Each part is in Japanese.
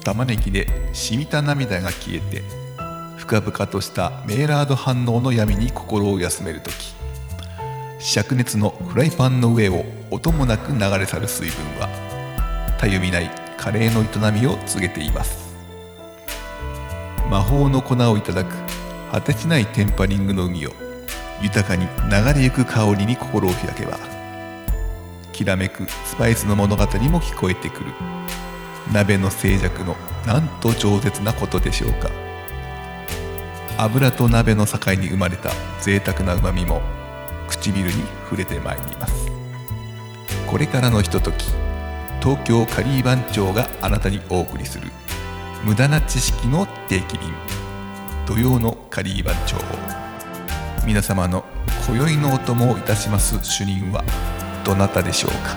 玉ねぎで染みた涙が消えて、深々としたメーラード反応の闇に心を休めるとき、灼熱のフライパンの上を音もなく流れ去る水分は、たゆみないカレーの営みを告げています。魔法の粉をいただく果てしないテンパリングの海を、豊かに流れゆく香りに心を開けば、きらめくスパイスの物語も聞こえてくる。鍋の静寂のなんと饒舌なことでしょうか。油と鍋の境に生まれた贅沢な旨みも唇に触れてまいります。これからのひととき、東京カリー番長があなたにお送りする無駄な知識の定期便、土曜のカリー番長。皆様の今宵のお供をいたします主任はどなたでしょうか。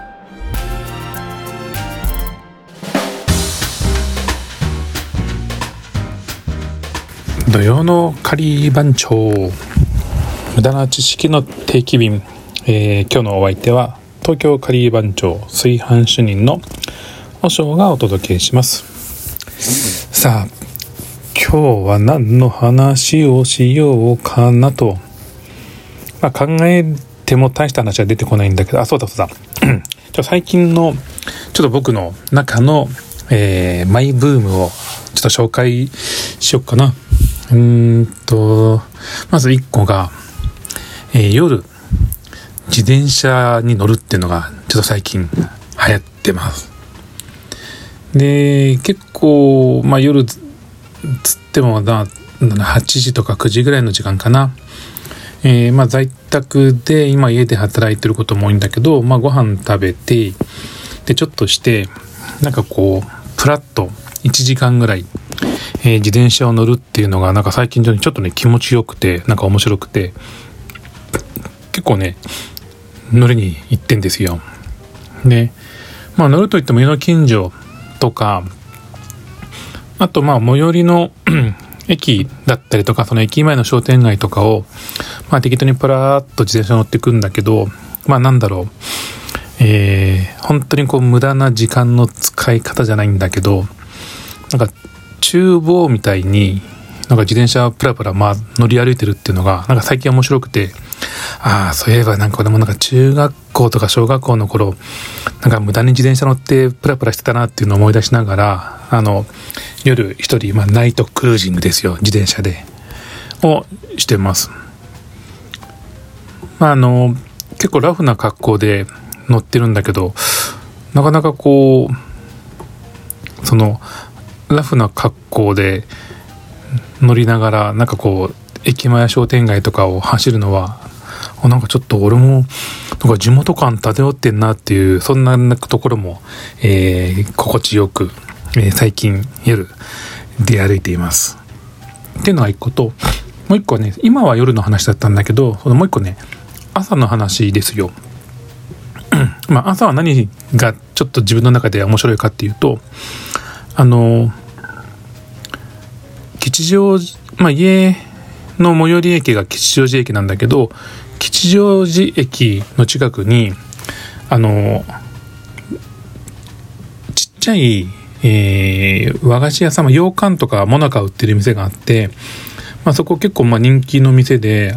土曜のカリー番長、無駄な知識の定期便、今日のお相手は東京カリー番長炊飯主任の和尚がお届けします。さあ、今日は何の話をしようかなと、考えても大した話は出てこないんだけど、そうだ最近のちょっと僕の中の、マイブームをちょっと紹介しようかな。まず1個が、夜自転車に乗るっていうのがちょっと最近流行ってます。で、結構、夜つっても8時とか9時ぐらいの時間かな。在宅で今家で働いてることも多いんだけど、ご飯食べてでちょっとしてプラッと1時間ぐらい、自転車を乗るっていうのが最近ちょっとね気持ちよくて面白くて、結構ね乗りに行ってんですよ。で、乗るといっても家の近所とか、あと最寄りの駅だったりとか、その駅前の商店街とかを適当にプラーっと自転車乗ってくんだけど、本当に無駄な時間の使い方じゃないんだけど、厨房みたいに自転車プラプラ乗り歩いてるっていうのが最近面白くて、そういえば子供中学校とか小学校の頃無駄に自転車乗ってプラプラしてたなっていうのを思い出しながら、夜一人、ナイトクルージングですよ、自転車でをしてます。結構ラフな格好で乗ってるんだけど、なかなかそのラフな格好で乗りながら駅前商店街とかを走るのはちょっと俺も地元感漂ってんなっていう、そんなところも、心地よく、最近夜出歩いていますっていうのが一個と、もう一個はね、今は夜の話だったんだけど、もう一個ね朝の話ですよ。朝は何がちょっと自分の中で面白いかっていうと、吉祥寺、家の最寄り駅が吉祥寺駅なんだけど、吉祥寺駅の近くにちっちゃい、和菓子屋さん、羊羹とかもなか売ってる店があって、そこ結構人気の店で、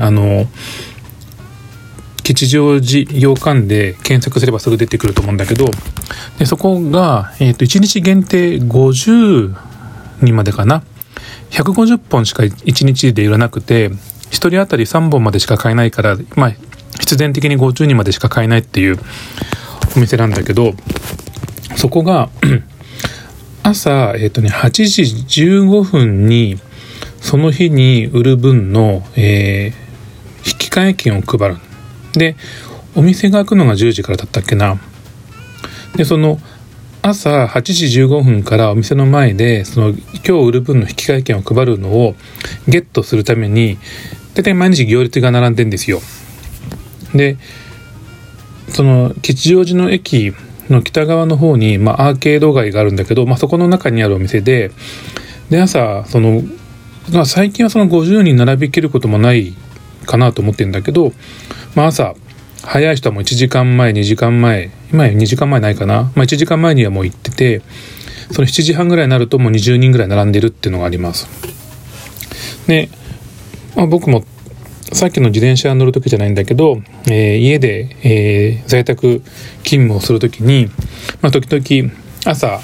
吉祥寺羊羹で検索すればすぐ出てくると思うんだけど、でそこが、1日限定50人までかな、150本しか1日で売らなくて、1人当たり3本までしか買えないから、必然的に50人までしか買えないっていうお店なんだけど、そこが朝、8時15分にその日に売る分の、引換券を配る。で、お店が開くのが10時からだったっけな。で、その朝8時15分からお店の前で今日売る分の引換券を配るのをゲットするために大体毎日行列が並んでんですよ。で、その吉祥寺の駅の北側の方に、アーケード街があるんだけど、そこの中にあるお店で、朝最近は50人並びきることもないかなと思ってるんだけど、朝早い人はもう1時間前2時間前、今2時間前ないかな、1時間前にはもう行ってて、 その7時半ぐらいになるともう20人ぐらい並んでるっていうのがあります。で、僕もさっきの自転車乗る時じゃないんだけど、家で、在宅勤務をする時に、時々朝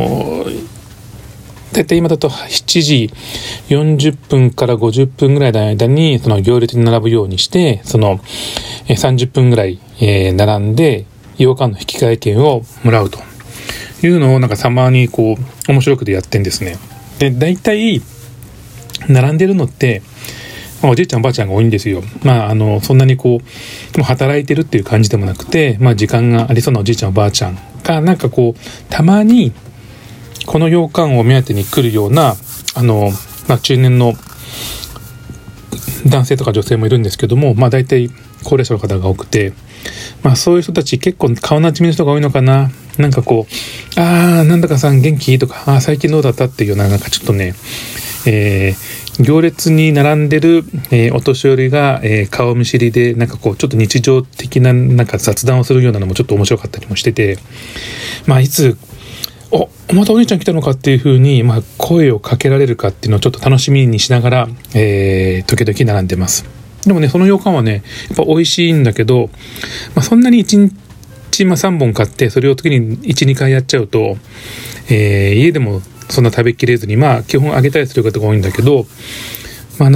だいたい今だと7時40分から50分ぐらいの間にその行列に並ぶようにして、その30分ぐらい並んで羊羹の引換券をもらうというのをたまに面白くてやってんですね。で、だいたい並んでるのっておじいちゃんおばあちゃんが多いんですよ。そんなにもう働いてるっていう感じでもなくて、時間がありそうなおじいちゃんおばあちゃんがたまにこの羊羹を目当てに来るような中年の男性とか女性もいるんですけども、だいたい高齢者の方が多くて、そういう人たち結構顔なじみの人が多いのかな。なんだかさん元気とか、最近どうだったっていうようなちょっとね、行列に並んでる、お年寄りが、顔見知りでちょっと日常的な雑談をするようなのもちょっと面白かったりもしてて、いつまたお兄ちゃん来たのかっていう風に、声をかけられるかっていうのをちょっと楽しみにしながら、時々並んでます。でもね、その羊羹はねやっぱ美味しいんだけど、そんなに1日3本買ってそれを次に 1,2 回やっちゃうと、家でもそんな食べきれずに基本あげたりする方が多いんだけど、か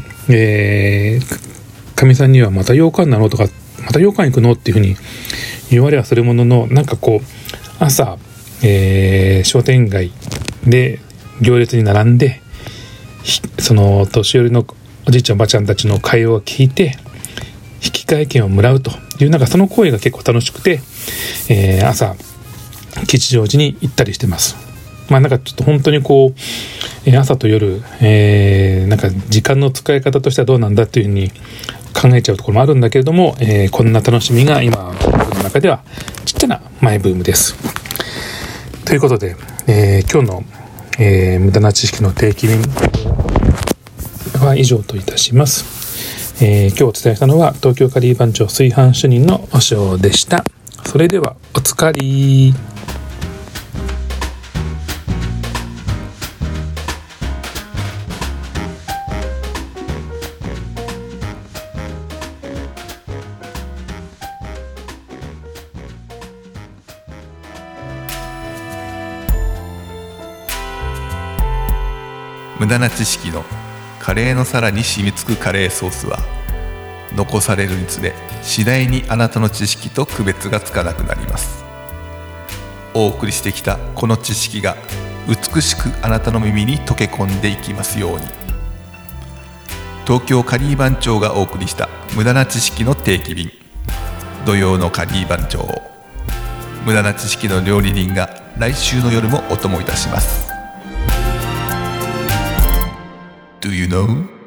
みさんにはまた羊羹なのとか、また羊羹行くのっていう風に言われはするものの、朝商店街で行列に並んでその年寄りのおじいちゃんおばあちゃんたちの会話を聞いて引換券をもらうというその行為が結構楽しくて、朝吉祥寺に行ったりしてます。ちょっと本当に朝と夜、時間の使い方としてはどうなんだっていうふうに考えちゃうところもあるんだけれども、こんな楽しみが今僕の中ではちっちゃなマイブームです。ということで、今日の、無駄な知識の定期便は以上といたします。今日お伝えしたのは東京カリー番長炊飯主任のお塩でした。それではおつかり。 無駄な知識のカレーの皿に染み付くカレーソースは、残されるにつれ次第にあなたの知識と区別がつかなくなります。お送りしてきたこの知識が美しくあなたの耳に溶け込んでいきますように。東京カリー番長がお送りした無駄な知識の定期便、土曜のカリー番長、無駄な知識の料理人が来週の夜もお供いたします。Do you know?